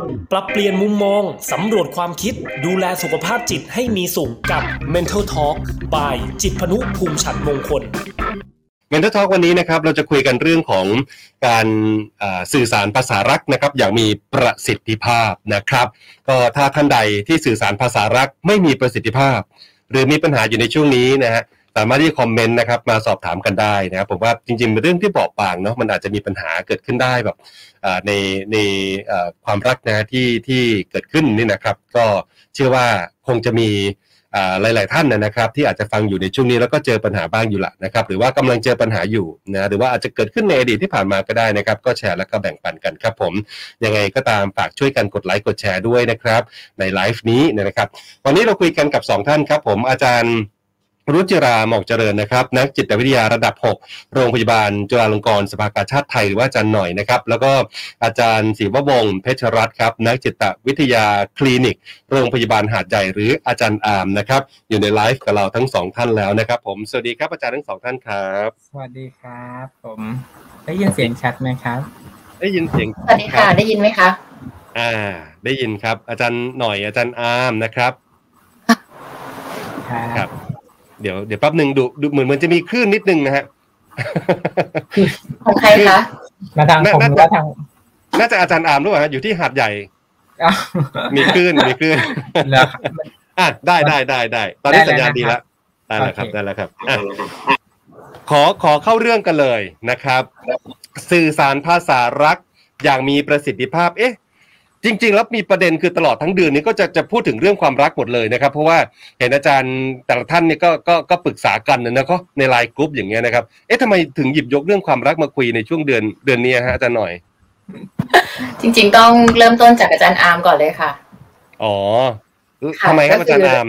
ปรับเปลี่ยนมุมมองสำรวจความคิดดูแลสุขภาพจิตให้มีสุขกับ Mental Talk by จิตรพนุภูมิฉัตรมงคล Mental Talk วันนี้นะครับเราจะคุยกันเรื่องของการสื่อสารภาษารักนะครับอย่างมีประสิทธิภาพนะครับก็ถ้าท่านใดที่สื่อสารภาษารักไม่มีประสิทธิภาพหรือมีปัญหาอยู่ในช่วงนี้นะฮะสามารถที่คอมเมนต์นะครับมาสอบถามกันได้นะครับผมว่าจริงๆเป็นเรื่องที่บอบบางเนาะมันอาจจะมีปัญหาเกิดขึ้นได้แบบในความรักนะที่เกิดขึ้นนี่นะครับก็เชื่อว่าคงจะมีหลายๆท่านนะครับที่อาจจะฟังอยู่ในช่วงนี้แล้วก็เจอปัญหาบ้างอยู่ละนะครับหรือว่ากำลังเจอปัญหาอยู่นะหรือว่าอาจจะเกิดขึ้นในอดีตที่ผ่านมาก็ได้นะครับก็แชร์แล้วก็แบ่งปันกันครับผมยังไงก็ตามฝากช่วยกันกดไลค์กดแชร์ด้วยนะครับในไลฟ์นี้นะครับวันนี้เราคุยกันกับ2ท่านครับผมอาจารย์รุจิราหมอกเจริญนะครับนักจิตวิทยาระดับ6โรงพยาบาลจุฬาลงกรณ์สภากาชาดไทยหรือว่าอาจารย์หน่อยนะครับแล้วก็อาจารย์ศิววงศ์เพชรรัตน์ครับนักจิตวิทยาคลินิกโรงพยาบาลหาดใหญ่หรืออาจารย์อาร์มนะครับอยู่ในไลฟ์กับเราทั้ง2ท่านแล้วนะครับผมสวัสดีครับอาจารย์ทั้ง2ท่านครับสวัสดีครับผมได้ยินเสียงชัดไหมครับได้ยินเสียงสวัสดีค่ะได้ยินไหมคะได้ยินครับอาจารย์หน่อยอาจารย์อาร์มนะครับครับเดี๋ยวแป๊บนึงดูเหมือนจะมีคลื่นนิดนึงนะฮะของใครคะมาทางผมหรือว่าทางน่าจะอาจารย์อาร์มหรือเปล่าฮะอยู่ที่หาดใหญ่มีคลื่นได้ตอนนี้สัญญาณดีแล้วได้แล้วครับขอเข้าเรื่องกันเลยนะครับสื่อสารภาษารักอย่างมีประสิทธิภาพจริงๆแล้วมีประเด็นคือตลอดทั้งเดือนนี้ก็จะพูดถึงเรื่องความรักหมดเลยนะครับเพราะว่าเห็นอาจารย์แต่ละท่านเนี่ยก็ปรึกษากันนะครับในไลน์กรุ๊ปอย่างเงี้ยนะครับทำไมถึงหยิบยกเรื่องความรักมาคุยในช่วงเดือนนี้ฮะอาจารย์หน่อยจริงๆต้องเริ่มต้นจากอาจารย์อาร์มก่อนเลยค่ะอ๋อทำไมครับอาจารย์อาร์ม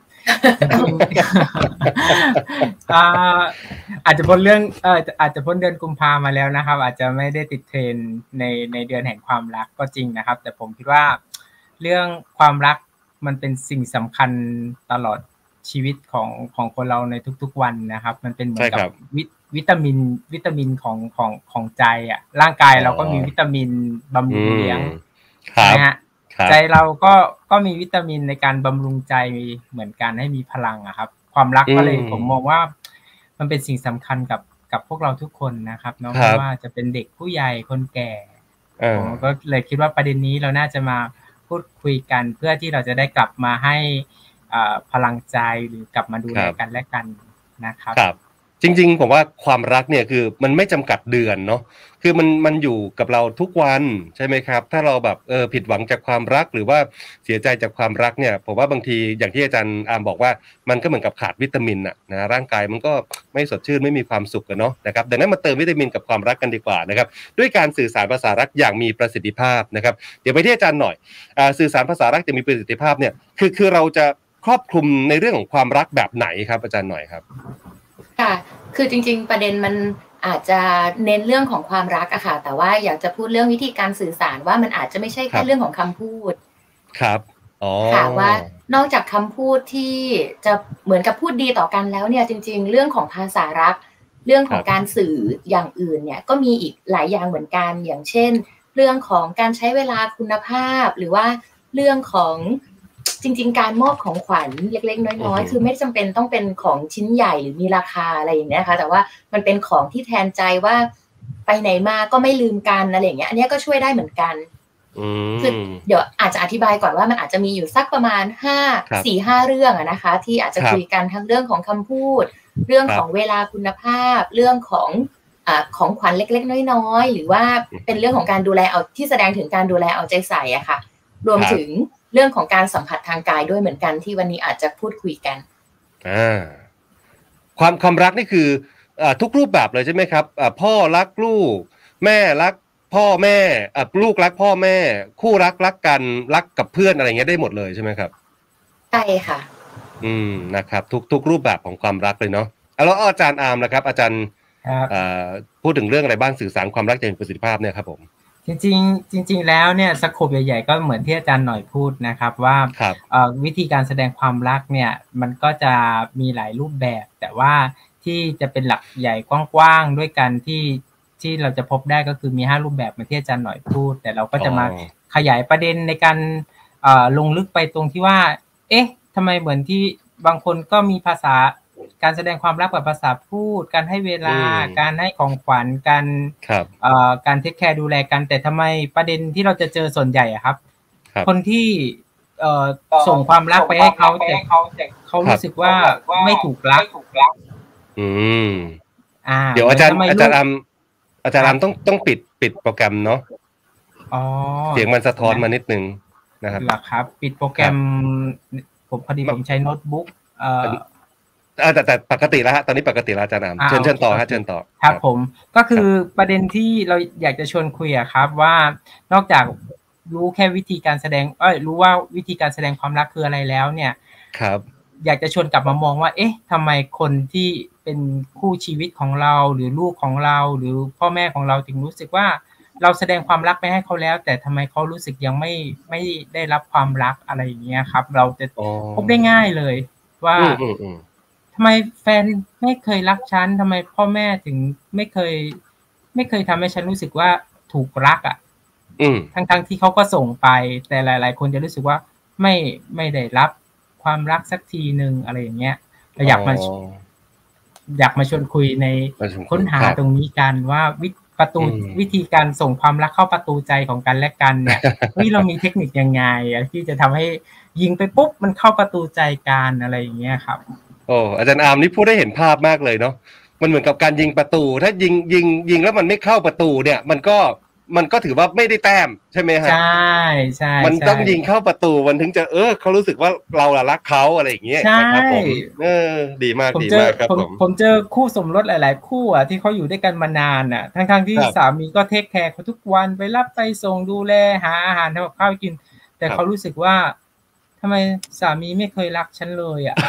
อาจจะพ้นเรื่องอาจจะพ้นเดือนกุมภามาแล้วนะครับอาจจะไม่ได้ติดเทรนด์ในเดือนแห่งความรักก็จริงนะครับแต่ผมคิดว่าเรื่องความรักมันเป็นสิ่งสำคัญตลอดชีวิตของคนเราในทุกๆวันนะครับมันเป็นเหมือนกับวิตามินของใจอ่ะร่างกายเราก็มีวิตามินบำรุงเลี้ยงนะฮะใจเราก็มีวิตามินในการบำรุงใจเหมือนกันให้มีพลังอะครับความรักก็เลยผมมองว่ามันเป็นสิ่งสำคัญกับพวกเราทุกคนนะครับเนาะไม่ว่าจะเป็นเด็กผู้ใหญ่คนแก่ผมก็เลยคิดว่าประเด็นนี้เราน่าจะมาพูดคุยกันเพื่อที่เราจะได้กลับมาให้พลังใจหรือกลับมาดูแลกันและกันนะครับจริงๆผมว่าความรักเนี่ยคือมันไม่จำกัดเดือนเนาะคือมันอยู่กับเราทุกวันใช่ไหมครับถ้าเราแบบผิดหวังจากความรักหรือว่าเสียใจจากความรักเนี่ยผมว่าบางทีอย่างที่อาจารย์อาร์มบอกว่ามันก็เหมือนกับขาดวิตามินนะร่างกายมันก็ไม่สดชื่นไม่มีความสุขกันเนาะนะครับดังนั้นมาเติมวิตามินกับความรักกันดีกว่านะครับด้วยการสื่อสารภาษารักอย่างมีประสิทธิภาพนะครับเดี๋ยวไปที่อาจารย์หน่อยสื่อสารภาษารักจะมีประสิทธิภาพเนี่ยคือเราจะครอบคลุมในเรื่องของความรักแบบไหนครับอาจารย์หน่อยครับค่ะคือจริงๆประเด็นมันอาจจะเน้นเรื่องของความรักอะค่ะแต่ว่าอยากจะพูดเรื่องวิธีการสื่อสารว่ามันอาจจะไม่ใช่แค่เรื่องของคำพูดครับค่ะว่านอกจากคำพูดที่จะเหมือนกับพูดดีต่อกันแล้วเนี่ยจริงๆเรื่องของภาษารักเรื่องของการสื่ออย่างอื่นเนี่ยก็มีอีกหลายอย่างเหมือนกันอย่างเช่นเรื่องของการใช้เวลาคุณภาพหรือว่าเรื่องของจริงๆการมอบของขวัญเล็กๆน้อยๆคือไม่จำเป็นต้องเป็นของชิ้นใหญ่หรือมีราคาอะไรอย่างเงี้ยค่ะแต่ว่ามันเป็นของที่แทนใจว่าไปไหนมาก็ไม่ลืมกันอะไรอย่างเงี้ยอันนี้ก็ช่วยได้เหมือนกันคือเดี๋ยวอาจจะอธิบายก่อนว่ามันอาจจะมีอยู่สักประมาณ4-5 เรื่องอะนะคะที่อาจจะคุยกันทั้งเรื่องของคำพูดเรื่องของเวลาคุณภาพเรื่องของของขวัญเล็กๆน้อยๆหรือว่าเป็นเรื่องของการดูแลเอาที่แสดงถึงการดูแลเอาใจใส่อะค่ะรวมถึงเรื่องของการสัมผัสทางกายด้วยเหมือนกันที่วันนี้อาจจะพูดคุยกันความรักนี่คือทุกรูปแบบเลยใช่ไหมครับพ่อรักลูกแม่รักพ่อแม่ลูกรักพ่อแม่คู่รักกันรักกับเพื่อนอะไรเงี้ยได้หมดเลยใช่ไหมครับใช่ค่ะนะครับทุกรูปแบบของความรักเลยเนาะแล้วอาจารย์อาร์มนะครับอาจารย์พูดถึงเรื่องอะไรบ้างสื่อสารความรักอย่างมีประสิทธิภาพเนี่ยครับผมจริงแล้วเนี่ยสโคปใหญ่ๆก็เหมือนที่อาจารย์หน่อยพูดนะครับว่าวิธีการแสดงความรักเนี่ยมันก็จะมีหลายรูปแบบแต่ว่าที่จะเป็นหลักใหญ่กว้างๆด้วยกันที่ที่เราจะพบได้ก็คือมี5รูปแบบเหมือนที่อาจารย์หน่อยพูดแต่เราก็จะมาขยายประเด็นในการลงลึกไปตรงที่ว่าเอ๊ะทำไมเหมือนที่บางคนก็มีภาษาการแสดงความรักแบบภาษาพูดการให้เวลาการให้ของขวัญการเทคแคร์ดูแลกันแต่ทำไมประเด็นที่เราจะเจอส่วนใหญ่อะครับคนที่ส่งความรักไปให้เขาแต่เขารู้สึกว่าไม่ถูกรักเดี๋ยวอาจารย์อามต้องปิดโปรแกรมเนาะเสียงมันสะท้อนมานิดนึงนะครับหรอครับปิดโปรแกรมผมพอดีผมใช้โน้ตบุ๊กแต่ปกติแล้วฮะตอนนี้ปกติแล้วอาจารย์อามเชิญต่อฮะเชิญต่อครับผมก็คือประเด็นที่เราอยากจะชวนคุยอะครับว่านอกจากรู้แค่วิธีการแสดงรู้ว่าวิธีการแสดงความรักคืออะไรแล้วเนี่ยครับอยากจะชวนกลับมามองว่าเอ๊ะทำไมคนที่เป็นคู่ชีวิตของเราหรือลูกของเราหรือพ่อแม่ของเราถึงรู้สึกว่าเราแสดงความรักไปให้เขาแล้วแต่ทำไมเขารู้สึกยังไม่ได้รับความรักอะไรอย่างเงี้ยครับเราจะพบได้ง่ายเลยว่าทำไมแฟนไม่เคยรักฉันทำไมพ่อแม่ถึงไม่เคยทำให้ฉันรู้สึกว่าถูกรักอ่ะทั้งที่เขาก็ส่งไปแต่หลายๆคนจะรู้สึกว่าไม่ได้รับความรักสักทีนึงอะไรอย่างเงี้ยเราอยากมาชวนคุยในค้นหาตรงนี้กันว่าวิธีการส่งความรักเข้าประตูใจของกันและกันเนี่ยเรามีเทคนิคยังไงที่จะทำให้ยิงไปปุ๊บมันเข้าประตูใจกันอะไรอย่างเงี้ยครับอาจารย์อาร์มนี่พูดได้เห็นภาพมากเลยเนาะมันเหมือนกับการยิงประตูถ้ายิงแล้วมันไม่เข้าประตูเนี่ยมันก็ถือว่าไม่ได้แต้มใช่ไหมฮะใช่มันต้องยิงเข้าประตูมันถึงจะเขารู้สึกว่าเรารักเขาอะไรอย่างเงี้ยนะครับผมดีมากครับผมเจอคู่สมรสหลายๆคู่อ่ะที่เขาอยู่ด้วยกันมานานอ่ะทั้งที่สามีก็เทคแคร์เขาทุกวันไปรับไปส่งดูแลหาอาหารทำกับข้าวกินแต่เขารู้สึกว่าทำไมสามีไม่เคยรักฉันเลยอ่ะ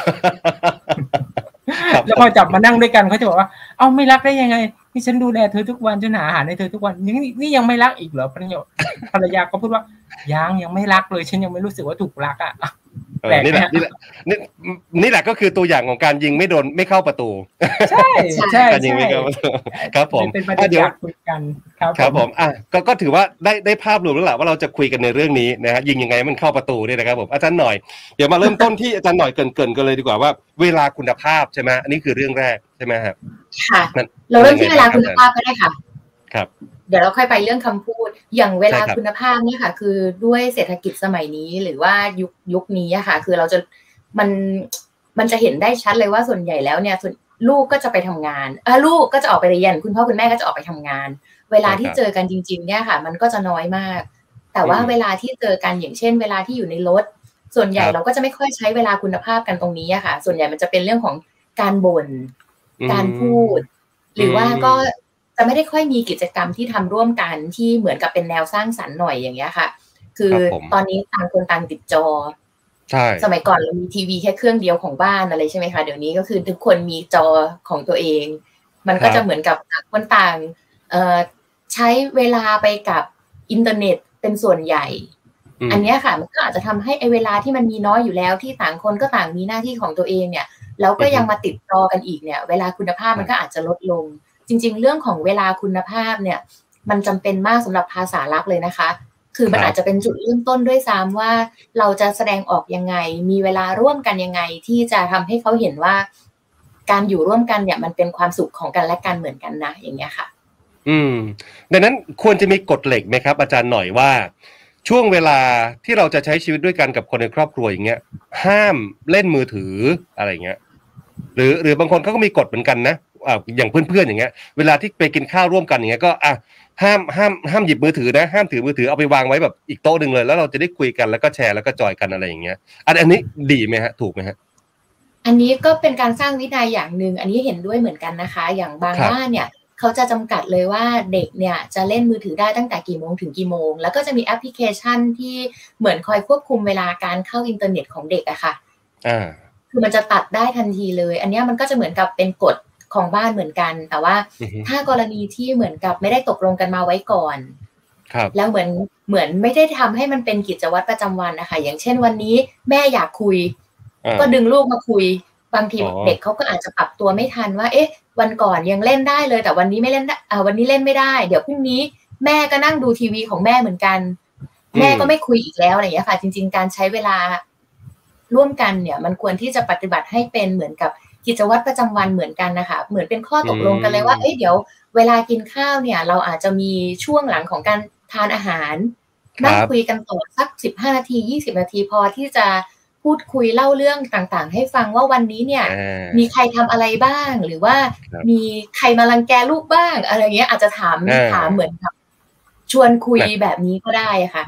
แล้วพอจับมานั่งด้วยกันเขาจะบอกว่าเอ้าไม่รักได้ยังไงนี่ฉันดูแลเธอทุกวันฉันหาอาหารให้เธอทุกวันนี่ยังไม่รักอีกเหรอภรรยาก็พูดว่ายังไม่รักเลยฉันยังไม่รู้สึกว่าถูกรักอ่ะนี่แหละก็คือตัวอย่างของการยิงไม่เข้าประตูใช่การยิงไม่เข้าประตูครับผมเดี๋ยวคุยกันครับผมก็ถือว่าได้ภาพรวมแล้วแหละว่าเราจะคุยกันในเรื่องนี้นะฮะยิงยังไงมันเข้าประตูเนี่ยนะครับผมอาจารย์หน่อยเดี๋ยวมาเริ่มต้นที่อาจารย์หน่อยเกินกันเลยดีกว่าว่าเวลาคุณภาพใช่ไหมอันนี้คือเรื่องแรกใช่ไหมครับค่ะเราเริ่มที่เวลาคุณภาพก็ได้ค่ะครับเดี๋ยวเราค่อยไปเรื่องคำพูดอย่างเวลาคุณภาพเนี่ยค่ะคือด้วยเศรษฐกิจสมัยนี้หรือว่ายุคนี้อะค่ะคือเราจะมันจะเห็นได้ชัดเลยว่าส่วนใหญ่แล้วเนี่ยลูกก็จะไปทำงานลูกก็จะออกไปเรียนคุณพ่อคุณแม่ก็จะออกไปทำงานเวลาที่เจอกันจริงๆเนี่ยค่ะมันก็จะน้อยมากแต่ว่าเวลาที่เจอกันอย่างเช่นเวลาที่อยู่ในรถส่วนใหญ่เราก็จะไม่ค่อยใช้เวลาคุณภาพกันตรงนี้อะค่ะส่วนใหญ่มันจะเป็นเรื่องของการบ่นการพูดหรือว่าก็จะไม่ได้ค่อยมีกิจกรรมที่ทำร่วมกันที่เหมือนกับเป็นแนวสร้างสรรค์หน่อยอย่างเงี้ยค่ะคือตอนนี้ต่างคนต่างติดจอใช่สมัยก่อนเรามีทีวีแค่เครื่องเดียวของบ้านอะไรใช่ไหมคะเดี๋ยวนี้ก็คือทุกคนมีจอของตัวเองมันก็จะเหมือนกับคนต่างใช้เวลาไปกับอินเทอร์เน็ตเป็นส่วนใหญ่อันนี้ค่ะมันก็อาจจะทำให้ไอ้เวลาที่มันมีน้อยอยู่แล้วที่ต่างคนก็ต่างมีหน้าที่ของตัวเองเนี่ยแล้วก็ยังมาติดจอกันอีกเนี่ยเวลาคุณภาพมันก็อาจจะลดลงจริงๆเรื่องของเวลาคุณภาพเนี่ยมันจำเป็นมากสำหรับภาษารักเลยนะคะคือมันอาจจะเป็นจุดเริ่มต้นด้วยซ้ำว่าเราจะแสดงออกยังไงมีเวลาร่วมกันยังไงที่จะทำให้เขาเห็นว่าการอยู่ร่วมกันเนี่ยมันเป็นความสุขของกันและกันเหมือนกันนะอย่างเงี้ยค่ะดังนั้นควรจะมีกฎเหล็กไหมครับอาจารย์หน่อยว่าช่วงเวลาที่เราจะใช้ชีวิตด้วยกันกับคนในครอบครัวอย่างเงี้ยห้ามเล่นมือถืออะไรเงี้ยหรือบางคนเขาก็มีกฎเหมือนกันนะอย่างเพื่อนๆอย่างเงี้ยเวลาที่ไปกินข้าวร่วมกันอย่างเงี้ยก็ห้ามหยิบมือถือนะห้ามถือมือถือเอาไปวางไว้แบบอีกโต๊ะนึงเลยแล้วเราจะได้คุยกันแล้วก็แชร์แล้วก็จอยกันอะไรอย่างเงี้ยอันนี้ดีไหมฮะถูกไหมฮะอันนี้ก็เป็นการสร้างวินัยอย่างนึงอันนี้เห็นด้วยเหมือนกันนะคะอย่างบางบ้านเนี่ยเขาจะจำกัดเลยว่าเด็กเนี่ยจะเล่นมือถือได้ตั้งแต่กี่โมงถึงกี่โมงแล้วก็จะมีแอปพลิเคชันที่เหมือนคอยควบคุมเวลาการเข้าอินเทอร์เน็ตของเด็กอะค่ะคือมันจะตัดได้ทันทีเลยอันนี้มันก็จะเหมือนกับเป็นกฎของบ้านเหมือนกันแต่ว่าถ้ากรณีที่เหมือนกับไม่ได้ตกลงกันมาไว้ก่อนแล้วเหมือนไม่ได้ทำให้มันเป็นกิจวัตรประจำวันนะคะอย่างเช่นวันนี้แม่อยากคุยก็ดึงลูกมาคุยบางทีเด็กเขาก็อาจจะปรับตัวไม่ทันว่าเอ๊ะวันก่อนยังเล่นได้เลยแต่วันนี้ไม่เล่นได้วันนี้เล่นไม่ได้เดี๋ยวพรุ่งนี้แม่ก็นั่งดูทีวีของแม่เหมือนกันแม่ก็ไม่คุยอีกแล้วอะไรอย่างเงี้ยค่ะจริงๆการใช้เวลาร่วมกันเนี่ยมันควรที่จะปฏิบัติให้เป็นเหมือนกับกิจวัตรประจำวันเหมือนกันนะคะเหมือนเป็นข้อตกลงกันเลยว่าเดี๋ยวเวลากินข้าวเนี่ยเราอาจจะมีช่วงหลังของการทานอาหารนั่งคุยกันต่อสัก15นาที20นาทีพอที่จะพูดคุยเล่าเรื่องต่างๆให้ฟังว่าวันนี้เนี่ยมีใครทำอะไรบ้างหรือว่ามีใครมารังแกลูกบ้างอะไรเงี้ยอาจจะถามเหมือนกับชวนคุยแบบนี้ก็ได้ค่ะ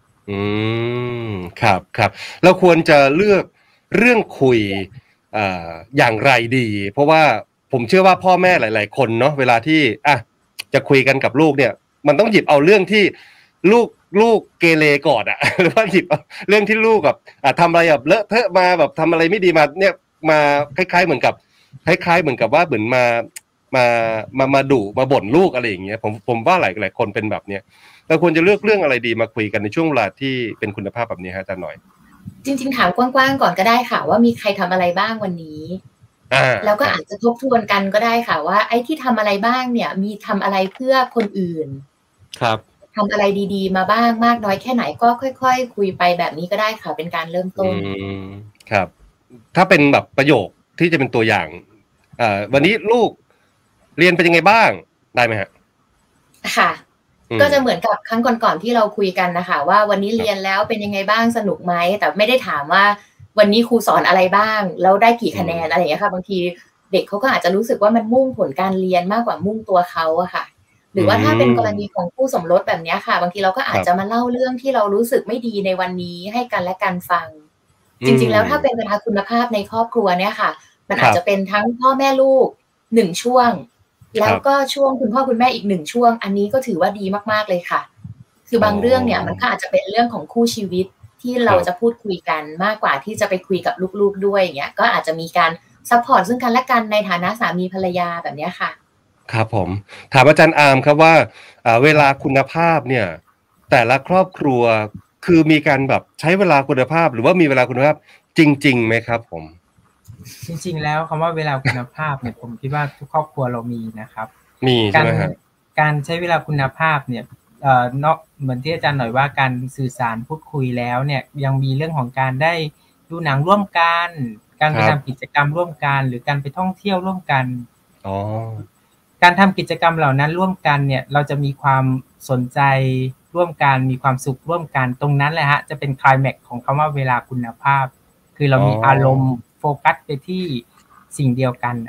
ครับเราควรจะเลือกเรื่องคุยอย่างไรดีเพราะว่าผมเชื่อว่าพ่อแม่หลายๆคนเนาะเวลาที่จะคุยกันกับลูกเนี่ยมันต้องหยิบเอาเรื่องที่ลูกเกเรก่อนหรือว่าหยิบเรื่องที่ลูกแบบทำอะไรแบบเลอะเทอะมาแบบทำอะไรไม่ดีมาเนี่ยมาคล้ายๆเหมือนกับว่าเหมือนมาดุมาบ่นลูกอะไรอย่างเงี้ยผมว่าหลายคนเป็นแบบเนี้ยเราควรจะเลือกเรื่องอะไรดีมาคุยกันในช่วงเวลาที่เป็นคุณภาพแบบนี้ฮะอาจารย์หน่อยจริงๆถามกว้างๆก่อนก็ได้ค่ะว่ามีใครทำอะไรบ้างวันนี้แล้วก็อาจจะทบทวนกันก็ได้ค่ะว่าไอ้ที่ทำอะไรบ้างเนี่ยมีทำอะไรเพื่อคนอื่นครับทำอะไรดีๆมาบ้างมากน้อยแค่ไหนก็ค่อยๆคุยไปแบบนี้ก็ได้ค่ะเป็นการเริ่มต้นครับถ้าเป็นแบบประโยคที่จะเป็นตัวอย่างวันนี้ลูกเรียนเป็นยังไงบ้างได้ไหมฮะค่ะก็จะเหมือนกับครั้งก่อนๆที่เราคุยกันนะคะว่าวันนี้เรียนแล้วเป็นยังไงบ้างสนุกไหมแต่ไม่ได้ถามว่าวันนี้ครูสอนอะไรบ้างแล้วได้กี่คะแนนอะไรอย่างเงี้ยค่ะบางทีเด็กเขาก็อาจจะรู้สึกว่ามันมุ่งผลการเรียนมากกว่ามุ่งตัวเขาอะค่ะหรือว่าถ้าเป็นกรณีของคู่สมรสแบบนี้ค่ะบางทีเราก็อาจจะมาเล่าเรื่องที่เรารู้สึกไม่ดีในวันนี้ให้กันและกันฟังจริงๆแล้วถ้าเป็นเวลาคุณภาพในครอบครัวเนี่ยค่ะมันอาจจะเป็นทั้งพ่อแม่ลูก1ช่วงแล้วก็ช่วงคุณพ่อคุณแม่อีก1ช่วงอันนี้ก็ถือว่าดีมากๆเลยค่ะคือบางเรื่องเนี่ยมันก็อาจจะเป็นเรื่องของคู่ชีวิตที่เราจะพูดคุยกันมากกว่าที่จะไปคุยกับลูกๆด้วยอย่างเงี้ยก็อาจจะมีการซัพพอร์ตซึ่งกันและกันในฐานะสามีภรรยาแบบนี้ค่ะครับผมถามอาจารย์อาร์มครับว่าเวลาคุณภาพเนี่ยแต่ละครอบครัวคือมีการแบบใช้เวลาคุณภาพหรือว่ามีเวลาคุณภาพจริงๆไหมครับผมจริงๆแล้วคำว่าเวลาคุณภาพเนี่ยผมคิดว่าทุกครอบครัวเรามีนะครับมีใช่ไหมครับการใช้เวลาคุณภาพเนี่ยนอกเหมือนที่อาจารย์หน่อยว่าการสื่อสารพูดคุยแล้วเนี่ยยังมีเรื่องของการได้ดูหนังร่วมกันการไปทำกิจกรรมร่วมกันหรือการไปท่องเที่ยวร่วมกันการทำกิจกรรมเหล่านั้นร่วมกันเนี่ยเราจะมีความสนใจร่วมกันมีความสุขร่วมกันตรงนั้นแหละฮะจะเป็นไคลแม็กซ์ของคำว่าเวลาคุณภาพคือเรามีอารมณ์โฟกัสไปที่สิ่งเดียวกัน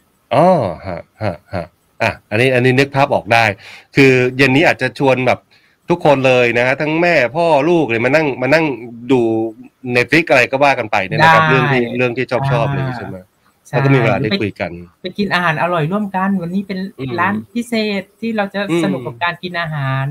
อันนี้นึกภาพออกได้คือเย็นนี้อาจจะชวนแบบทุกคนเลยนะฮะทั้งแม่พ่อลูกเลยมานั่งดู Netflix อะไรก็ว่ากันไปเนี่ยนะครับเรื่องที่ชอบเลยใช่ไหมแล้วก็มีเวลาได้คุยกันไปกินอาหารอร่อยร่วมกันวันนี้เป็นร้านพิเศษที่เราจะสนุกกับการกินอาหาร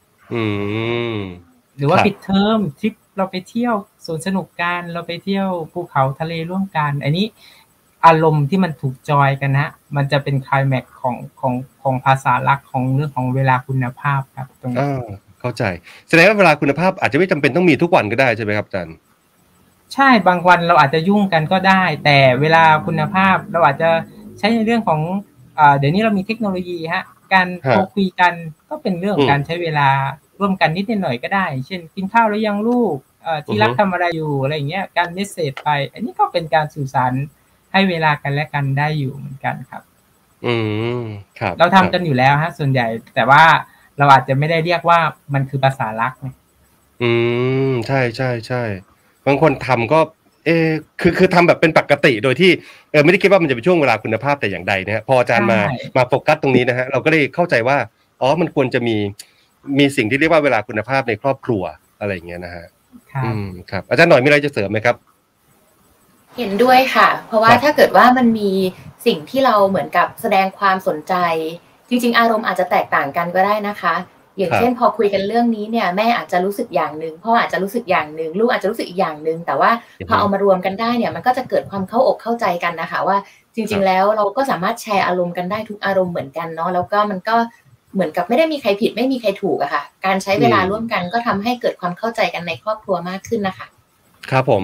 หรือว่าปิดเทอมทริปเราไปเที่ยวสวนสนุกกันเราไปเที่ยวภูเขาทะเลร่วมกันอันนี้อารมณ์ที่มันถูกจอยกันนะมันจะเป็นไคลแม็กซ์ของภาษารักของเรื่องของเวลาคุณภาพครับตรงนี้เข้าใจแสดงว่าเวลาคุณภาพอาจจะไม่จำเป็นต้องมีทุกวันก็ได้ใช่ไหมครับอาจารย์ใช่บางวันเราอาจจะยุ่งกันก็ได้แต่เวลาคุณภาพเราอาจจะใช้ในเรื่องของเดี๋ยวนี้เรามีเทคโนโลยีฮะการโทรคุยกันก็เป็นเรื่องของการใช้เวลาร่วมกันนิดหน่อยก็ได้เช่นกินข้าวแล้วยังลูกที่รักทำอะไรอยู่อะไรอย่างเงี้ยการเมสเสจไปอันนี้ก็เป็นการสื่อสารให้เวลากันและกันได้อยู่เหมือนกันครับครับเราทำกันอยู่แล้วฮะส่วนใหญ่แต่ว่าเราอาจจะไม่ได้เรียกว่ามันคือภาษารักนะใช่บางคนทำก็คือทำแบบเป็นปกติโดยที่ไม่ได้คิดว่ามันจะเป็นช่วงเวลาคุณภาพแต่อย่างใดนะฮะพออาจารย์มาโฟกัสตรงนี้นะฮะเราก็ได้เข้าใจว่ามันควรจะมีสิ่งที่เรียกว่าเวลาคุณภาพในครอบครัวอะไรอย่างเงี้ยนะฮะครับอาจารย์หน่อยมีอะไรจะเสริมไหมครับเห็นด้วยค่ะเพราะว่าถ้าเกิดว่ามันมีสิ่งที่เราเหมือนกับแสดงความสนใจจริงๆอารมณ์อาจจะแตกต่างกันก็ได้นะคะอย่างเช่นพอคุยกันเรื่องนี้เนี่ยแม่อาจจะรู้สึกอย่างนึงพ่ออาจจะรู้สึกอย่างนึงลูกอาจจะรู้สึกอีกอย่างนึงแต่ว่าพอเอามารวมกันได้เนี่ยมันก็จะเกิดความเข้าอกเข้าใจกันนะคะว่าจริงๆแล้วเราก็สามารถแชร์อารมณ์กันได้ทุกอารมณ์เหมือนกันเนาะแล้วก็มันก็เหมือนกับไม่ได้มีใครผิดไม่มีใครถูกอะค่ะการใช้เวลาร่วมกันก็ทำให้เกิดความเข้าใจกันในครอบครัวมากขึ้นนะคะครับผม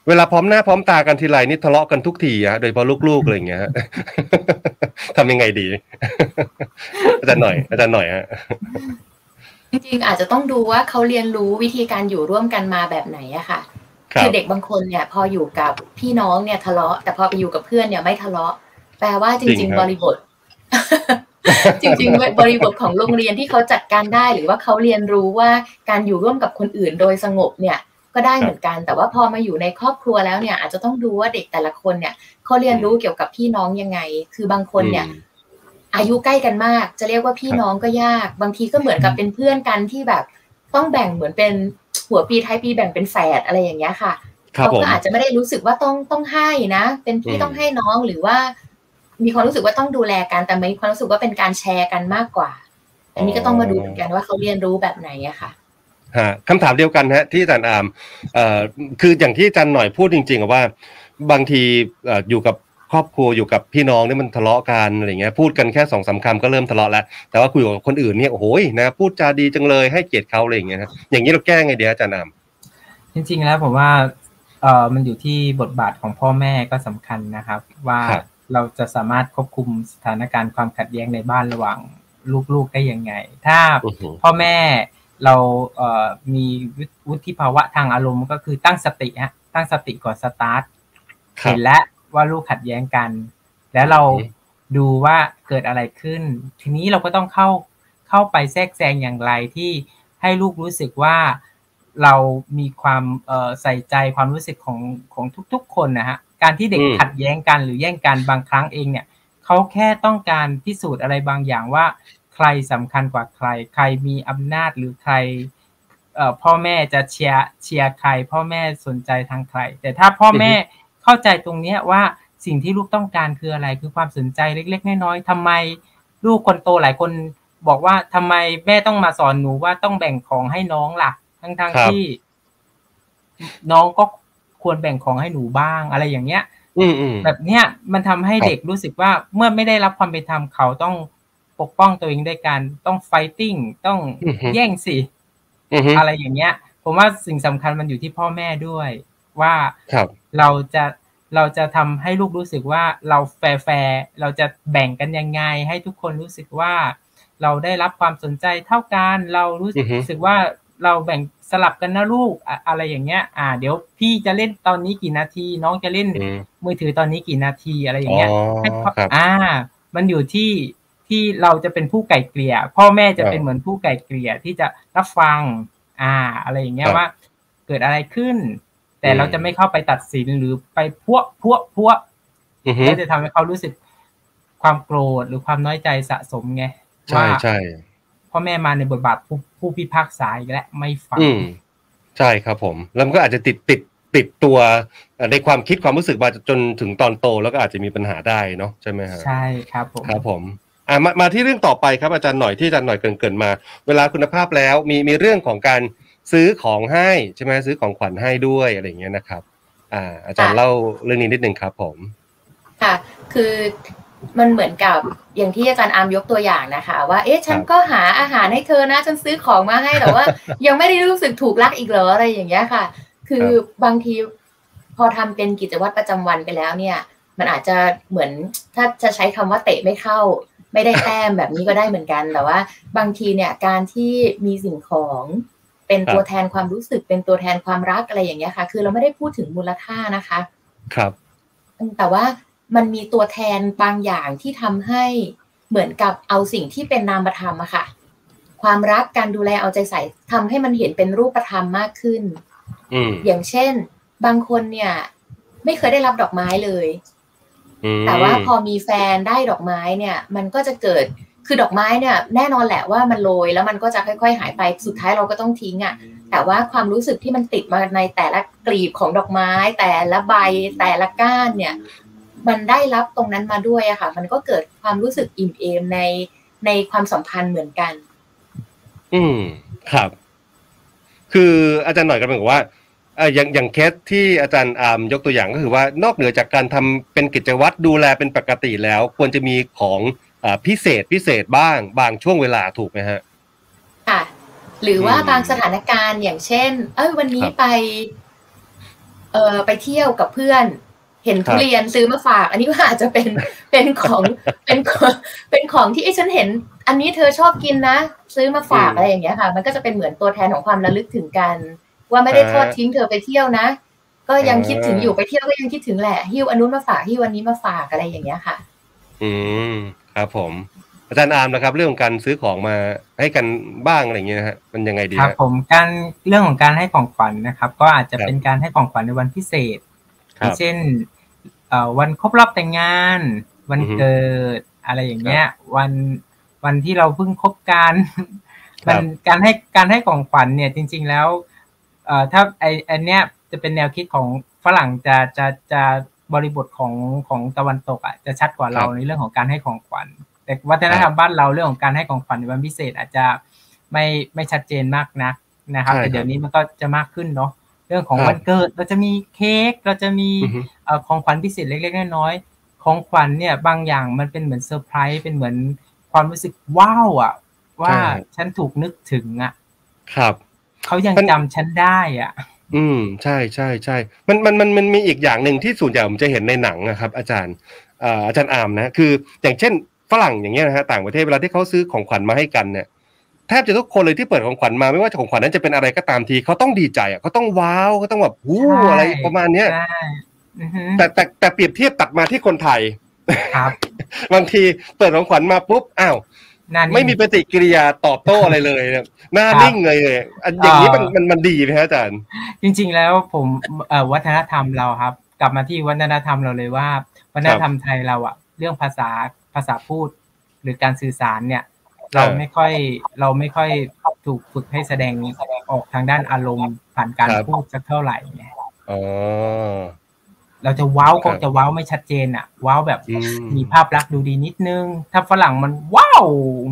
เวลาพร้อมหน้าพร้อมตากันทีไรนี่ทะเลาะกันทุกทีโดยเฉพาะลูกๆอะไรอย่างเงี้ยฮะ ทำยังไงดี อาจารย์หน่อยฮะจริงๆอาจจะต้องดูว่าเขาเรียนรู้วิธีการอยู่ร่วมกันมาแบบไหนอะค่ะคือเด็กบางคนเนี่ยพออยู่กับพี่น้องเนี่ยทะเลาะแต่พอไปอยู่กับเพื่อนเนี่ยไม่ทะเลาะแปลว่าจริงๆบริบท จริงๆบริบทของโรงเรียนที่เขาจัดการได้หรือว่าเขาเรียนรู้ว่าการอยู่ร่วมกับคนอื่นโดยสงบเนี่ยก็ได้เหมือนกันแต่ว่าพอมาอยู่ในครอบครัวแล้วเนี่ยอาจจะต้องดูว่าเด็กแต่ละคนเนี่ยเขาเรียนรู้เกี่ยวกับพี่น้องยังไงคือบางคนเนี่ยอายุใกล้กันมากจะเรียกว่าพี่น้องก็ยากบางทีก็เหมือนกับเป็นเพื่อนกันที่แบบต้องแบ่งเหมือนเป็นหัวปีท้ายปีแบ่งเป็นแฝดอะไรอย่างเงี้ยค่ะเขาก็อาจจะไม่ได้รู้สึกว่าต้องให้นะเป็นพี่ต้องให้น้องหรือว่ามีความรู้สึกว่าต้องดูแลกันแต่มีความรู้สึกว่าเป็นการแชร์กันมากกว่าอันนี้ก็ต้องมาดูเหมือนกันว่าเขาเรียนรู้แบบไหนอะค่ะคำถามเดียวกันฮะที่อาจารย์อาร์มคืออย่างที่อาจารย์หน่อยพูดจริงๆว่าบางทีอยู่กับครอบครัวอยู่กับพี่น้องนี่มันทะเลาะกันอะไรเงี้ยพูดกันแค่ 2-3 คำก็เริ่มทะเลาะแล้วแต่ว่าคุยกับคนอื่นเนี่ยโอ้โหนะพูดจาดีจังเลยให้เกียรติเขาอะไรอย่างเงี้ยอย่างนี้เราแก้ไงดีอาจารย์อาร์มจริงๆแล้วผมว่ามันอยู่ที่บทบาทของพ่อแม่ก็สำคัญนะครับว่าเราจะสามารถควบคุมสถานการณ์ความขัดแย้งในบ้านระหว่างลูกๆได้ยังไงถ้าพ่อแม่เรามีวุฒิภาวะทางอารมณ์ก็คือตั้งสติก่อนสตาร์ทเห็นแล้วว่าลูกขัดแย้งกันแล้วเราดูว่าเกิดอะไรขึ้นทีนี้เราก็ต้องเข้าไปแทรกแซงอย่างไรที่ให้ลูกรู้สึกว่าเรามีความใส่ใจความรู้สึกของทุกๆคนนะฮะการที่เด็กขัดแย้งกันหรือแย่งกันบางครั้งเองเนี่ยเขาแค่ต้องการพิสูจน์อะไรบางอย่างว่าใครสำคัญกว่าใครมีอำนาจหรือใครพ่อแม่จะเชียร์ใครพ่อแม่สนใจทางใครแต่ถ้าพ่อแม่เข้าใจตรงนี้ว่าสิ่งที่ลูกต้องการคืออะไรคือความสนใจเล็กๆน้อยๆทำไมลูกคนโตหลายคนบอกว่าทำไมแม่ต้องมาสอนหนูว่าต้องแบ่งของให้น้องล่ะทั้งที่น้องก็ควรแบ่งของให้หนูบ้างอะไรอย่างเงี้ยแบบเนี้ยมันทำให้เด็กรู้สึกว่าเมื่อไม่ได้รับความเป็นธรรมเขาต้องปกป้องตัวเองด้วยการต้องไฟติ้งต้องแย่งสิอะไรอย่างเงี้ยผมว่าสิ่งสำคัญมันอยู่ที่พ่อแม่ด้วยว่าเราจะทำให้ลูกรู้สึกว่าเราแฟร์เราจะแบ่งกันยังไงให้ทุกคนรู้สึกว่าเราได้รับความสนใจเท่ากันเรารู้สึกว่าเราแบ่งสลับกันนะลูกอะไรอย่างเงี้ยเดี๋ยวพี่จะเล่นตอนนี้กี่นาทีน้องจะเล่นมือถือตอนนี้กี่นาทีอะไรอย่างเงี้ยมันอยู่ที่เราจะเป็นผู้ไกล่เกลี่ยพ่อแม่จะเป็นเหมือนผู้ไกล่เกลี่ยที่จะรับฟังอะไรอย่างเงี้ยว่าเกิดอะไรขึ้นแต่เราจะไม่เข้าไปตัดสินหรือไปพวกแล้วจะทำให้เขารู้สึกความโกรธหรือความน้อยใจสะสมไงใช่พ่อแม่มาในบทบาทผู้พิพากษาอีกและไม่ฟังใช่ครับผมแล้วมันก็อาจจะติดตัวในความคิดความรู้สึกมาจนถึงตอนโตแล้วก็อาจจะมีปัญหาได้เนาะใช่ไหมฮะใช่ครับผมครับผมมาที่เรื่องต่อไปครับอาจารย์หน่อยที่อาจารย์หน่อยเกินมาเวลาคุณภาพแล้วมีเรื่องของการซื้อของให้ใช่ไหมซื้อของขวัญให้ด้วยอะไรอย่างเงี้ยนะครับอาจารย์เล่าเรื่องนี้นิดนึงครับผมค่ะคือมันเหมือนกับอย่างที่อาจารย์อาร์มยกตัวอย่างนะคะว่าฉันก็หาอาหารให้เธอนะฉันซื้อของมาให้แต่ว่ายังไม่ได้รู้สึกถูกรักอีกเหรออะไรอย่างเงี้ยค่ะคือบางทีพอทำเป็นกิจวัตรประจำวันไปแล้วเนี่ยมันอาจจะเหมือนถ้าจะใช้คำว่าเตะไม่เข้าไม่ได้แต้มแบบนี้ก็ได้เหมือนกันแต่ว่าบางทีเนี่ยการที่มีสิ่งของเป็นตัวแทนความรู้สึกเป็นตัวแทนความรักอะไรอย่างเงี้ยค่ะคือเราไม่ได้พูดถึงมูลค่านะคะครับแต่ว่ามันมีตัวแทนบางอย่างที่ทำให้เหมือนกับเอาสิ่งที่เป็นนามธรรมอะค่ะความรักการดูแลเอาใจใส่ทำให้มันเห็นเป็นรูปธรรมมากขึ้นอย่างเช่นบางคนเนี่ยไม่เคยได้รับดอกไม้เลยแต่ว่าพอมีแฟนได้ดอกไม้เนี่ยมันก็จะเกิดคือดอกไม้เนี่ยแน่นอนแหละว่ามันโรยแล้วมันก็จะค่อยๆหายไปสุดท้ายเราก็ต้องทิ้งอะแต่ว่าความรู้สึกที่มันติดมาในแต่ละกลีบของดอกไม้แต่ละใบแต่ละก้านเนี่ยมันได้รับตรงนั้นมาด้วยอะค่ะมันก็เกิดความรู้สึกอิ่มเอมในความสัมพันธ์เหมือนกันครับคืออาจารย์หน่อยก็บอกว่าอย่างเคสที่อาจารย์อาร์มยกตัวอย่างก็คือว่านอกเหนือจากการทำเป็นกิจวัตรดูแลเป็นปกติแล้วควรจะมีของพิเศษบ้างบางช่วงเวลาถูกไหมฮะค่ะหรือว่าบางสถานการณ์อย่างเช่นวันนี้ไปไปเที่ยวกับเพื่อนเห็นทุเรียนซื้อมาฝากอันนี้ก็อาจจะเป็นของเป็นของที่ฉันเห็นอันนี้เธอชอบกินนะซื้อมาฝากอะไรอย่างเงี้ยค่ะมันก็จะเป็นเหมือนตัวแทนของความระลึกถึงกันว่าไม่ได้ทอดทิ้งเธอไปเที่ยวนะก็ยังคิดถึงอยู่ไปเที่ยวก็ยังคิดถึงแหละหิ้วอันนู้นมาฝากหิ้วอันนี้มาฝากอะไรอย่างเงี้ยค่ะครับผมอาจารย์อาร์มนะครับเรื่องของการซื้อของมาให้กันบ้างอะไรอย่างเงี้ยนะฮะมันยังไงดีครับผมเรื่องของการให้ของขวัญนะครับก็อาจจะเป็นการให้ของขวัญในวันพิเศษเช่นวันครบรอบแต่งงานวันเกิดอะไรอย่างเงี้ยวันที่เราเพิ่งคบกันมันการให้ของขวัญเนี่ยจริงๆแล้วถ้าอันเนี้ยจะเป็นแนวคิดของฝรั่งจะบริบทของตะวันตกอ่ะจะชัดกว่าเราในเรื่องของการให้ของขวัญแต่วัฒนธรรมบ้านเราเรื่องของการให้ของขวัญในวันพิเศษอาจจะไม่ชัดเจนมากนักนะครับแต่เดี๋ยวนี้มันก็จะมากขึ้นเนาะเรื่องของวันเกิดเราจะมีเค้กเราจะมีของขวัญพิเศษเล็กๆน้อยๆของขวัญเนี่ยบางอย่างมันเป็นเหมือนเซอร์ไพรส์เป็นเหมือนความรู้สึกว้าวอ่ะว่าฉันถูกนึกถึงอ่ะครับเขายังจำฉันได้อ่ะใช่ใช่ใช่มันมีอีกอย่างหนึ่งที่ส่วนใหญ่ผมจะเห็นในหนังนะครับอาจารย์อาร์มนะคืออย่างเช่นฝรั่งอย่างเงี้ยนะฮะต่างประเทศเวลาที่เขาซื้อของขวัญมาให้กันเนี่ยแทบจะทุกคนเลยที่เปิดของขวัญมาไม่ว่าของขวัญนั้นจะเป็นอะไรก็ตามทีเขาต้องดีใจอ่ะเขาต้องว้าวเขาต้องแบบวู้อะไรประมาณเนี้ยแต่เปรียบเทียบตัดมาที่คนไทยครับบางทีเปิดของขวัญมาปุ๊บอ้าวไม่มีปฏิกิริยาตอบโต้อะไรเลยหน้านิ่งเลยอย่างนี้มันดีไหมฮะอาจารย์จริงๆแล้วผมวัฒนธรรมเราครับกลับมาที่วัฒนธรรมเราเลยว่าวัฒนธรรมไทยเราอะเรื่องภาษาพูดหรือการสื่อสารเนี่ยเราไม่ค่อยถูกฝึกให้แสดงออกทางด้านอารมณ์ผ่านการพูดสักเท่าไหร่เนี่ยเราจะว้าวก็จะว้าวไม่ชัดเจนอะว้าวแบบมีภาพลักษณ์ดูดีนิดนึงถ้าฝรั่งมันว้าว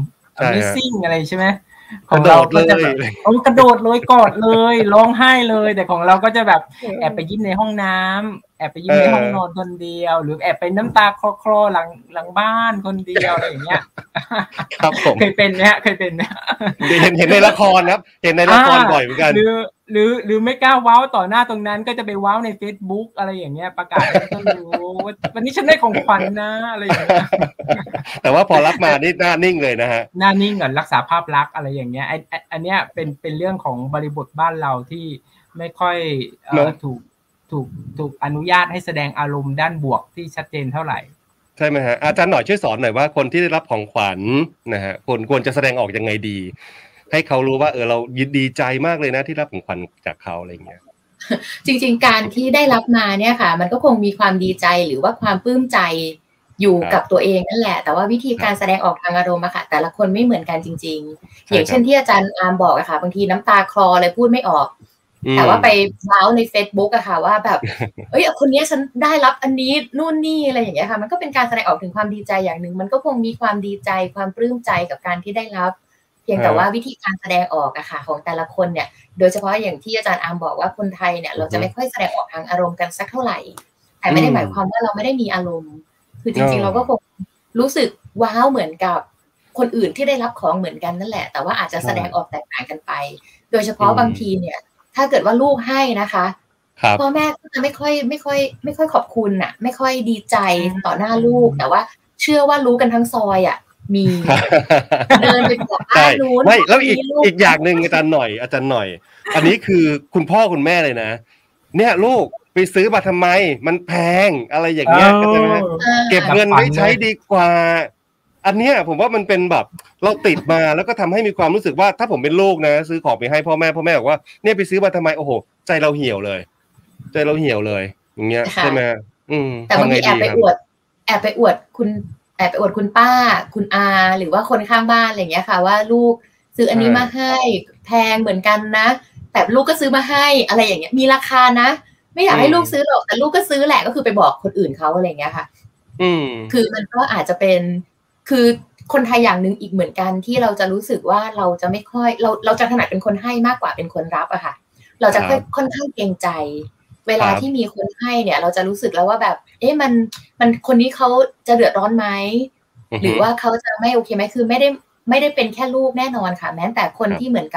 Amazing อะไรใช่ไหมของเราก็จะแบบกระโดดเลยกอดเลยร้องไห้เลยแต่ของเราก็จะแบบแอบไปยิ้มในห้องน้ำแอบไปยิ้มในห้องนอนคนเดียวหรือแอบไปน้ำตาคลอหลังบ้านคนเดียวอะไรอย่างเงี้ยครับผมเคยเป็นไหมเคยเป็นไหมเห็นในละครครับเห็นในละครบ่อยเหมือนกันหรือไม่กล้าว้าวต่อหน้าตรงนั้นก็จะไปว้าวใน Facebook อะไรอย่างเงี้ยประกาศให้คนรู้วันนี้ฉันได้ของขวัญนะอะไรอย่างเงี้ยแต่ว่าพอรับมานี่หน้านิ่งเลยนะฮะหน้านิ่งก่อนรักษาภาพลักษณ์อะไรอย่างเงี้ยอันเนี้ยเป็นเรื่องของบริบทบ้านเราที่ไม่ค่อยถูกอนุญาตให้แสดงอารมณ์ด้านบวกที่ชัดเจนเท่าไหร่ใช่ไหมฮะอาจารย์หน่อยช่วยสอนหน่อยว่าคนที่ได้รับของขวัญนะฮะควรจะแสดงออกยังไงดีให้เขารู้ว่าเรายินดีใจมากเลยนะที่รับของขวัญจากเขาอะไรอย่างเงี้ยจริงๆการที่ได้รับมาเนี่ยค่ะมันก็คงมีความดีใจหรือว่าความปลื้มใจอยู่กับตัวเองนั่นแหละแต่ว่าวิธีการแสดงออกทางอารมณ์อะค่ะแต่ละคนไม่เหมือนกันจริงๆอย่างเช่นที่อาจารย์อาร์มบอกอะค่ะบางทีน้ำตาคลอเลยพูดไม่ออกแต่ว่าไปว้าวใน Facebook อะค่ะว่าแบบคนนี้ฉันได้รับอันนี้นู่นนี่อะไรอย่างเงี้ยค่ะมันก็เป็นการแสดงออกถึงความดีใจอย่างนึงมันก็คงมีความดีใจความปลื้มใจกับการที่ได้รับเพียงแต่ว่าวิธีการแสดงออกอะค่ะของแต่ละคนเนี่ยโดยเฉพาะอย่างที่อาจารย์อาร์มบอกว่าคนไทยเนี่ยเราจะไม่ค่อยแสดงออกทางอารมณ์กันสักเท่าไหร่แต่ไม่ได้หมายความว่าเราไม่ได้มีอารมณ์คือจริงๆเราก็คงรู้สึกว้าวเหมือนกับคนอื่นที่ได้รับของเหมือนกันนั่นแหละแต่ว่าอาจจะแสดงออกแตกต่างกันไปโดยเฉพาะบางทีเนี่ยถ้าเกิดว่าลูกให้นะคะพ่อแม่ก็จะไม่ค่อยขอบคุณน่ะไม่ค่อยดีใจต่อหน้าลูกแต่ว่าเชื่อว่ารู้กันทั้งซอยอ่ะมีเดินไปบอกบ้านนู้นไม่แล้วอีกอย่างนึงอาจารย์หน่อยอันนี้คือคุณพ่อคุณแม่เลยนะเนี่ยลูกไปซื้อมาทำไมมันแพงอะไรอย่างเงี้ยก็จะเก็บเงินไว้ใช้ดีกว่าอันเนี้ยผมว่ามันเป็นแบบเราติดมาแล้วก็ทำให้มีความรู้สึกว่าถ้าผมเป็นลูกนะซื้อของไปให้พ่อแม่บอกว่าเนี่ยไปซื้อมาทำไมโอ้โหใจเราเหี่ยวเลยอย่างเงี้ยใช่ไหมแต่บางทีแอบไปอวดคุณป้าคุณอาหรือว่าคนข้างบ้านอะไรอย่างเงี้ยค่ะว่าลูกซื้ออันนี้มาให้แพงเหมือนกันนะแต่ลูกก็ซื้อมาให้อะไรอย่างเงี้ยมีราคานะไม่อยากให้ลูกซื้อหรอกแต่ลูกก็ซื้อแหละก็คือไปบอกคนอื่นเขาอะไรอย่างเงี้ยค่ะคือมันก็อาจจะเป็นคือคนไทยอย่างนึงอีกเหมือนกันที่เราจะรู้สึกว่าเราจะไม่ค่อยเราจะถนัดเป็นคนให้มากกว่าเป็นคนรับอะค่ะเราจะค่อนข้างเกรงใจเวลาที่มีคนให้เนี่ยเราจะรู้สึกแล้วว่าแบบมันคนนี้เขาจะเดือดร้อนไหมหรือว่าเขาจะไม่โอเคไหมคือไม่ได้เป็นแค่ลูกแน่นอนค่ะแม้แต่คนที่เหมือนกับ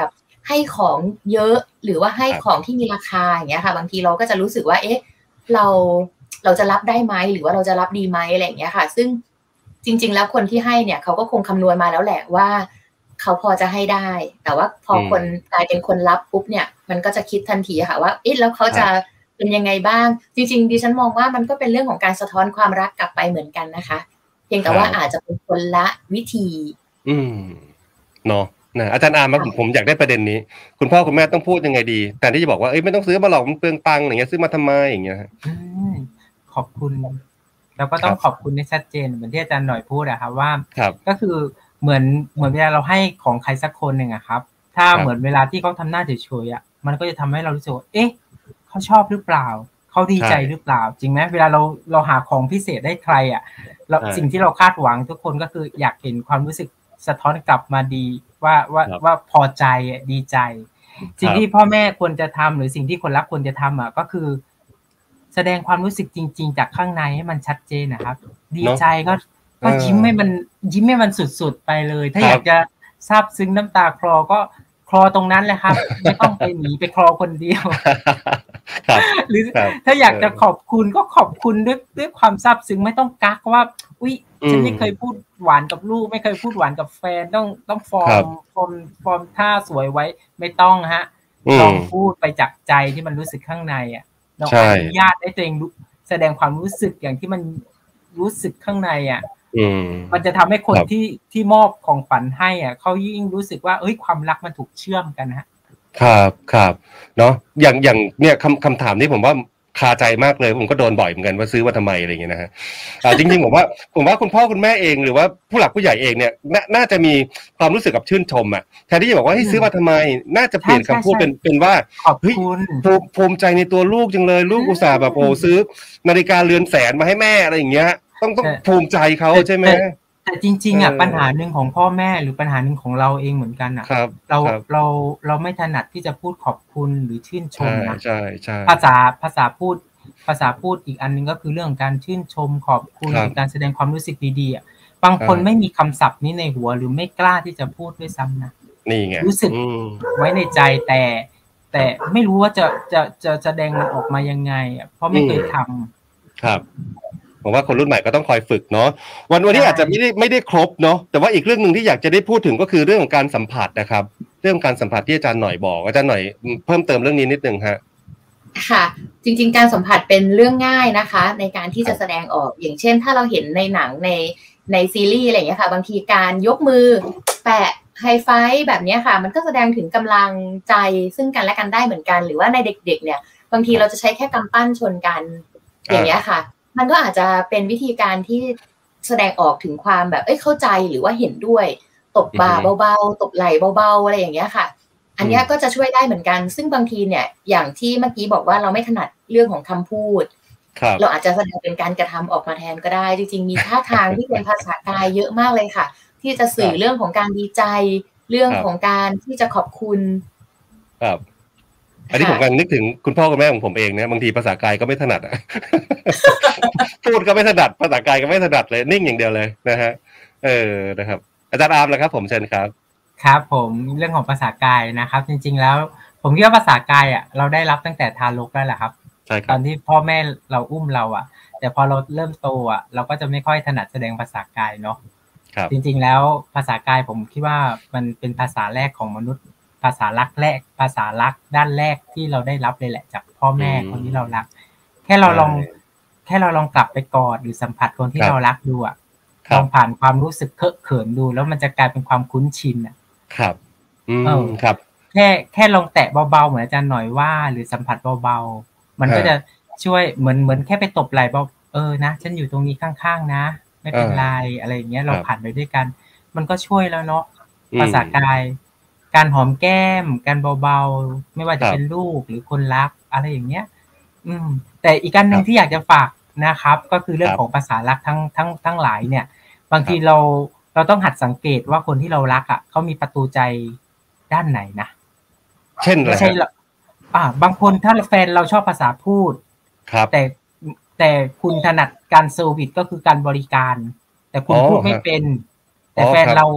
ให้ของเยอะหรือว่าให้ของที่มีราคาอย่างเงี้ยค่ะบางทีเราก็จะรู้สึกว่าเอ๊ะเราจะรับได้ไหมหรือว่าเราจะรับดีไหมอะไรอย่างเงี้ยค่ะซึ่งจริงๆแล้วคนที่ให้เนี่ยเขาก็คงคำนวณมาแล้วแหละว่าเขาพอจะให้ได้แต่ว่าพอคนกลายเป็นคนรับปุ๊บเนี่ยมันก็จะคิดทันทีค่ะว่าเอ๊ะแล้วเขาจะเป็นยังไงบ้างจริงๆดิฉันมองว่ามันก็เป็นเรื่องของการสะท้อนความรักกลับไปเหมือนกันนะคะเพียงแต่ว่าอาจจะเป็นคนละวิธีเนาะนะอาจารย์อาร์มผมอยากได้ประเด็นนี้คุณพ่อคุณแม่ต้องพูดยังไงดีแต่ที่จะบอกว่าเอ้ยไม่ต้องซื้อมาหรอกมันเปลืองตังค์อย่างเงี้ยซื้อมาทำไมอย่างเงี้ยขอบคุณแล้วก็ต้องขอบคุณให้ชัดเจนเหมือนที่อาจารย์หน่อยพูดอะครับว่าก็คือเหมือนเวลาเราให้ของใครสักคนหนึ่งอะครับถ้าเหมือนเวลาที่เขาทำหน้าเฉยๆอะมันก็จะทำให้เรารู้สึกว่าเอ๊ะเขาชอบหรือเปล่าเขาดีใจหรือเปล่าจริงไหมเวลาเราหาของพิเศษให้ใครอะสิ่งที่เราคาดหวังทุกคนก็คืออยากเห็นความรู้สึกสะท้อนกลับมาดีว่าพอใจดีใจสิ่งที่พ่อแม่ควรจะทำหรือสิ่งที่คนรักควรจะทำอ่ะก็คือแสดงความรู้สึกจริงๆจากข้างในให้มันชัดเจนนะครับดีใจก็ยิ้มให้มันสุดๆไปเลยถ้าอยากจะซาบซึ้งน้ำตาคลอก็คลอตรงนั้นแหละครับไม่ต้องไปหนีไปคลอคนเดียวหรือถ้าอยากจะขอบคุณก็ขอบคุณด้วยความซาบซึ้งไม่ต้องกักว่าอุ๊ยฉันไม่เคยพูดหวานกับลูกไม่เคยพูดหวานกับแฟนต้องฟอร์มท่าสวยไว้ไม่ต้องฮะลองพูดไปจากใจที่มันรู้สึกข้างในอ่ะลองอนุญาตให้ตัวเองแสดงความรู้สึกอย่างที่มันรู้สึกข้างในอ่ะมันจะทำให้คนที่มอบของขวัญให้อ่ะเขายิ่งรู้สึกว่าเอ้ยความรักมันถูกเชื่อมกันฮะครับเนาะอย่างเนี่ยคำถามนี้ผมว่าคาใจมากเลยผมก็โดนบ่อยเหมือนกันว่าซื้อมาทำไมอะไรอย่างเงี้ยนะฮะจริงๆผมว่าคุณพ่อคุณแม่เองหรือว่าผู้หลักผู้ใหญ่เองเนี่ยน่าจะมีความรู้สึกกับชื่นชมอ่ะแทนที่จะบอกว่าให้ซื้อมาทำไมน่าจะเปลี่ยนคำพูดเป็นว่าเฮ้ยภูมิใจในตัวลูกจังเลยลูกอุตส่าห์แบบโอ้ซื้อนาฬิกาเรือนแสนมาให้แม่อะไรอย่างเงี้ยต้องภูมิใจเขาใช่ไหมแต่จริงๆอ่ะปัญหาหนึ่งของพ่อแม่หรือปัญหาหนึ่งของเราเองเหมือนกันอ่ะเราไม่ถนัดที่จะพูดขอบคุณหรือชื่นชมนะใช่ภาษาพูดอีกอันนึงก็คือเรื่องการชื่นชมขอบคุณการแสดงความรู้สึกดีๆอ่ะบางคนไม่มีคำศัพท์นี้ในหัวหรือไม่กล้าที่จะพูดด้วยซ้ำนะนี่ไงรู้สึกไว้ในใจแต่ไม่รู้ว่าจะแสดงมันออกมายังไงอ่ะเพราะไม่เคยทำครับผมว่าคนรุ่นใหม่ก็ต้องคอยฝึกเนาะวันนี้อาจจะไม่ได้ครบเนาะแต่ว่าอีกเรื่องนึงที่อยากจะได้พูดถึงก็คือเรื่องของการสัมผัสนะครับเรื่องการสัมผัสที่อาจารย์หน่อยบอกอาจารย์หน่อยเพิ่มเติมเรื่องนี้นิดนึงฮะค่ะจริงๆการสัมผัสเป็นเรื่องง่ายนะคะในการที่จะแสดงออกอย่างเช่นถ้าเราเห็นในหนังในซีรีส์อะไรอย่างเงี้ยค่ะบางทีการยกมือแปะไฮไฟว์แบบนี้ค่ะมันก็แสดงถึงกำลังใจซึ่งกันและกันได้เหมือนกันหรือว่าในเด็กๆเนี่ยบางทีเราจะใช้แค่กำปั้นชนกันอย่างเงี้ยค่ะมันก็อาจจะเป็นวิธีการที่แสดงออกถึงความแบบเข้าใจหรือว่าเห็นด้วยตบบ่าเบาๆตบไหล่เบาๆอะไรอย่างเงี้ยค่ะอันนี้ก็จะช่วยได้เหมือนกันซึ่งบางทีเนี่ยอย่างที่เมื่อกี้บอกว่าเราไม่ถนัดเรื่องของคำพูดเราอาจจะแสดงเป็นการกระทำออกมาแทนก็ได้จริงๆมีท่าทางที่เป็นภาษากายเยอะมากเลยค่ะที่จะสื่อเรื่องของการดีใจเรื่องของการที่จะขอบคุณครับอันนี้ผมกำลังนึกถึงคุณพ่อคุณแม่ของผมเองเนี่ยบางทีภาษากายก็ไม่ถนัดพูดก็ไม่ถนัดภาษากายก็ไม่ถนัดเลยนิ่งอย่างเดียวเลยนะฮะนะครับอาจารย์อาร์มนะครับผมเชิญครับครับผมเรื่องของภาษากายนะครับจริงๆแล้วผมคิดว่าภาษากายอ่ะเราได้รับตั้งแต่ทารกแล้วแหละครับตอนที่พ่อแม่เราอุ้มเราอ่ะแต่พอเราเริ่มโตอ่ะเราก็จะไม่ค่อยถนัดแสดงภาษากายเนาะจริงๆแล้วภาษากายผมคิดว่ามันเป็นภาษาแรกของมนุษย์ภาษารักแรกภาษารักด้านแรกที่เราได้รับเลยแหละจากพ่อแม่คนที่เรารักแค่เราลองกลับไปกอดหรือสัมผัสคนที่เรารักดูอ่ะลองผ่านความรู้สึกเคอะเขินดูแล้วมันจะกลายเป็นความคุ้นชินอ่ะครับครับแค่ลองแตะเบาๆเหมือนอาจารย์หน่อยว่าหรือสัมผัสเบาๆมันก็จะช่วยเหมือนแค่ไปตบไหล่เบานะฉันอยู่ตรงนี้ข้างๆนะไม่เป็นไรอะไรอย่างเงี้ยเราผ่านไปด้วยกันมันก็ช่วยแล้วเนาะภาษากายการหอมแก้มการเบาๆไม่ว่าจะเป็นลูกหรือคนรักอะไรอย่างเงี้ยแต่อีกการหนึ่งที่อยากจะฝากนะครับก็คือเรื่องของภาษารักทั้งหลายเนี่ยบางทีเราต้องหัดสังเกตว่าคนที่เรารักอ่ะเขามีประตูใจด้านไหนนะเช่นไม่ใช่บางคนถ้าแฟนเราชอบภาษาพูดแต่คุณถนัดการเซอร์วิสก็คือการบริการแต่คุณพูดไม่เป็นแต่แฟนเราเขา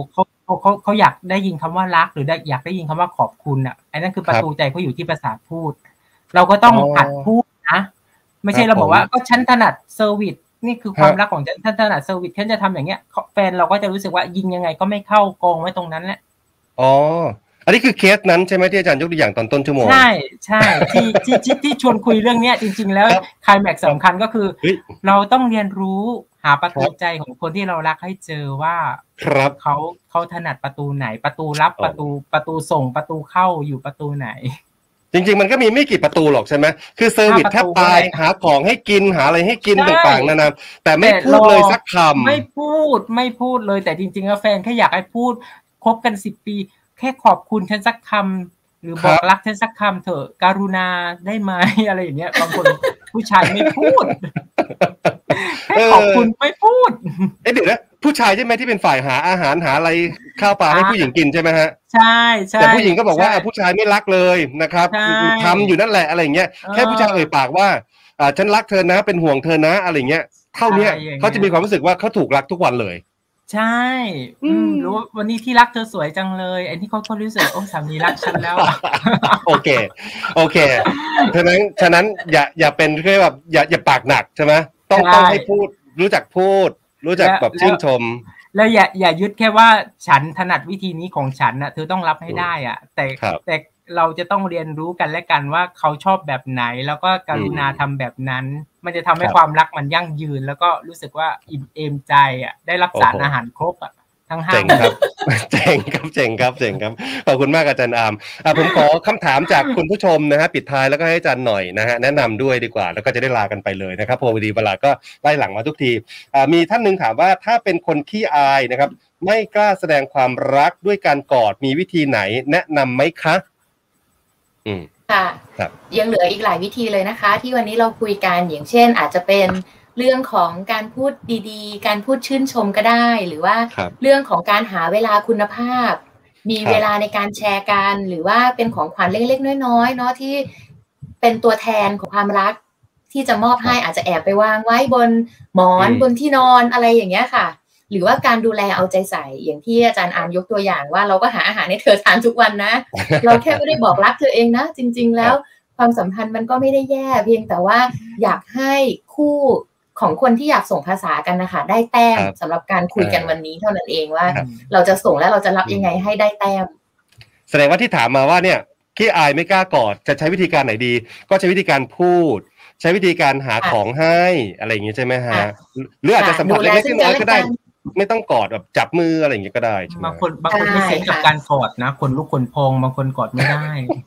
เขาอยากได้ยินคำว่ารักหรืออยากได้ยินคำว่าขอบคุณอ่ะอันนั้นคือประตูใจเขาอยู่ที่ภาษาพูดเราก็ต้องหัดพูดนะไม่ใช่เราบอกว่าก็ฉันถนัดเซอร์วิสนี่คือความรักของฉันถนัดเซอร์วิสฉันจะทำอย่างเงี้ยแฟนเราก็จะรู้สึกว่ายิงยังไงก็ไม่เข้ากองไว้ตรงนั้นแหละอ๋ออันนี้คือเคสนั้นใช่ไหมที่อาจารย์ยกตัวอย่างตอนต้นชั่วโมงใช่ที่ชวนคุยเรื่องเนี้ยจริงๆแล้วไคลแม็กซ์สำคัญก็คือเราต้องเรียนรู้หาประตูใจของคนที่เรารักให้เจอว่าเขาถนัดประตูไหนประตูรับประตูส่งประตูเข้าอยู่ประตูไหนจริงๆมันก็มีไม่กี่ประตูหรอกใช่ไหมคือเซอร์วิสแทบตายหาของให้กินหาอะไรให้กินต่างๆนานาแต่ไม่พูดเลยสักคำไม่พูดเลยแต่จริงๆแล้วแฟนแค่อยากให้พูดคบกัน10 ปีแค่ขอบคุณฉันสักคำหรือบอกรักฉันสักคำเถอะกรุณาได้ไหมอะไรอย่างเงี้ยบางคนผู้ชายไม่พูดแค่ขอบคุณไม่พูดเดี๋ยวนะผู้ชายใช่ไหมที่เป็นฝ่ายหาอาหารหาอะไรข้าวปลาให้ผู้หญิงกินใช่ไหมฮะใช่แต่ผู้หญิงก็บอกว่าผู้ชายไม่รักเลยนะครับทำอยู่นั่นแหละอะไรอย่างเงี้ยแค่ผู้ชายเอ่ยปากว่าฉันรักเธอนะเป็นห่วงเธอนะอะไรเงี้ยเท่านี้เขาจะมีความรู้สึกว่าเขาถูกรักทุกวันเลยใช่รู้วันนี้ที่รักเธอสวยจังเลยไอ้ที่เขารู้สึกโอ้สามีรักฉันแล้วโอเคฉะนั้นอย่าเป็นแค่แบบอย่าปากหนักใช่ไหมต้องให้พูดรู้จักพูดรู้จักแบบชื่นชมแล้วอย่ายึดแค่ว่าฉันถนัดวิธีนี้ของฉันน่ะเธอต้องรับให้ได้อ่ะแต่เราจะต้องเรียนรู้กันและกันว่าเขาชอบแบบไหนแล้วก็กรุณาทำแบบนั้นมันจะทำให้ความรักมันยั่งยืนแล้วก็รู้สึกว่าอิ่มเอมใจอ่ะได้รับสารอาหารครบอ่ะทั้ง5 เจ๋งครับเจ๋งครับขอบคุณมากอาจารย์อาร์มผมขอคำถามจากคุณผู้ชมนะฮะปิดท้ายแล้วก็ให้อาจารย์หน่อยนะฮะแนะนำด้วยดีกว่าแล้วก็จะได้ลากันไปเลยนะครับพอดีเวลาก็ไล่หลังมาทุกทีมีท่านนึงถามว่าถ้าเป็นคนขี้อายนะครับไม่กล้าแสดงความรักด้วยการกอดมีวิธีไหนแนะนำไหมคะค่ะยังเหลืออีกหลายวิธีเลยนะคะที่วันนี้เราคุยกันอย่างเช่นอาจจะเป็นเรื่องของการพูดดีๆการพูดชื่นชมก็ได้หรือว่าเรื่องของการหาเวลาคุณภาพมีเวลาในการแชร์กันหรือว่าเป็นของขวัญเล็กๆน้อยๆเนาะที่เป็นตัวแทนของความรักที่จะมอบให้อาจจะแอบไปวางไว้บนหมอนบนที่นอนอะไรอย่างเงี้ยค่ะหรือว่าการดูแลเอาใจใส่อย่างที่อาจารย์อาร์มยกตัวอย่างว่าเราก็หาอาหารให้เธอทานทุกวันนะเราแค่ไม่ได้บอกรักเธอเองนะจริงๆแล้วความสัมพันธ์มันก็ไม่ได้แย่เพียงแต่ว่าอยากให้คู่ของคนที่อยากส่งภาษากันนะคะได้แต้มสำหรับการคุยกันวันนี้เท่านั้นเองว่าเราจะส่งและเราจะรับยังไงให้ได้แต้มแสดงว่าที่ถามมาว่าเนี่ยขี้อายไม่กล้ากอดจะใช้วิธีการไหนดีก็ใช้วิธีการพูดใช้วิธีการหาของให้อะไรอย่างงี้ใช่ไหมฮะหรืออาจจะสัมผัสเล็กๆน้อยๆก็ได้ไม่ต้องกอดแบบจับมืออะไรอย่างเงี้ยก็ได้บางคนไม่เซ็นกับการกอดนะคนลุกคนพองบางคนกอดไม่ได้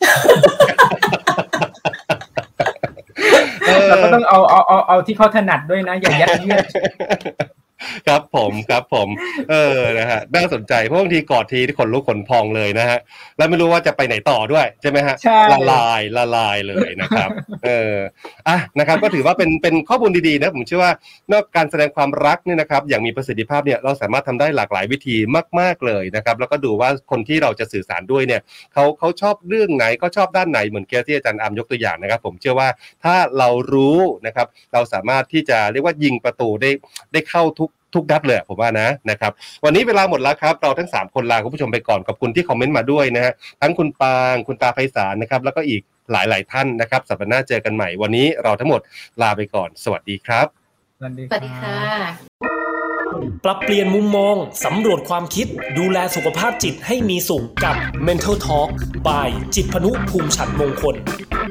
เราก็ต้องเอาที่เขาถนัดด้วยนะอย่ายัดเยียดครับผมนะฮะน่าสนใจเพราะบางทีกอดทีที่ขนลุกขนพองเลยนะฮะแล้วไม่รู้ว่าจะไปไหนต่อด้วยใช่ไหมฮะละลายเลยนะครับนะครับก็ถือว่าเป็นข้อมูลดีๆนะผมเชื่อว่านอกการแสดงความรักเนี่ยนะครับอย่างมีประสิทธิภาพเนี่ยเราสามารถทำได้หลากหลายวิธีมากๆเลยนะครับแล้วก็ดูว่าคนที่เราจะสื่อสารด้วยเนี่ยเขาชอบเรื่องไหนก็ชอบด้านไหนเหมือนที่อาจารย์อาร์มยกตัวอย่างนะครับผมเชื่อว่าถ้าเรารู้นะครับเราสามารถที่จะเรียกว่ายิงประตูได้เข้าทุกนัดเลยผมว่านะครับวันนี้เวลาหมดแล้วครับเราทั้ง3คนลาคุณผู้ชมไปก่อนขอบคุณที่คอมเมนต์มาด้วยนะฮะทั้งคุณปางคุณตาไพศาลนะครับแล้วก็อีกหลายท่านนะครับสัปดาห์หน้าเจอกันใหม่วันนี้เราทั้งหมดลาไปก่อนสวัสดีครับสวัสดีค่ะปรับเปลี่ยนมุมมองสำรวจความคิดดูแลสุขภาพจิตให้มีสุขกับ Mental Talk by จิตรพนุ ภูมิฉัตรมงคล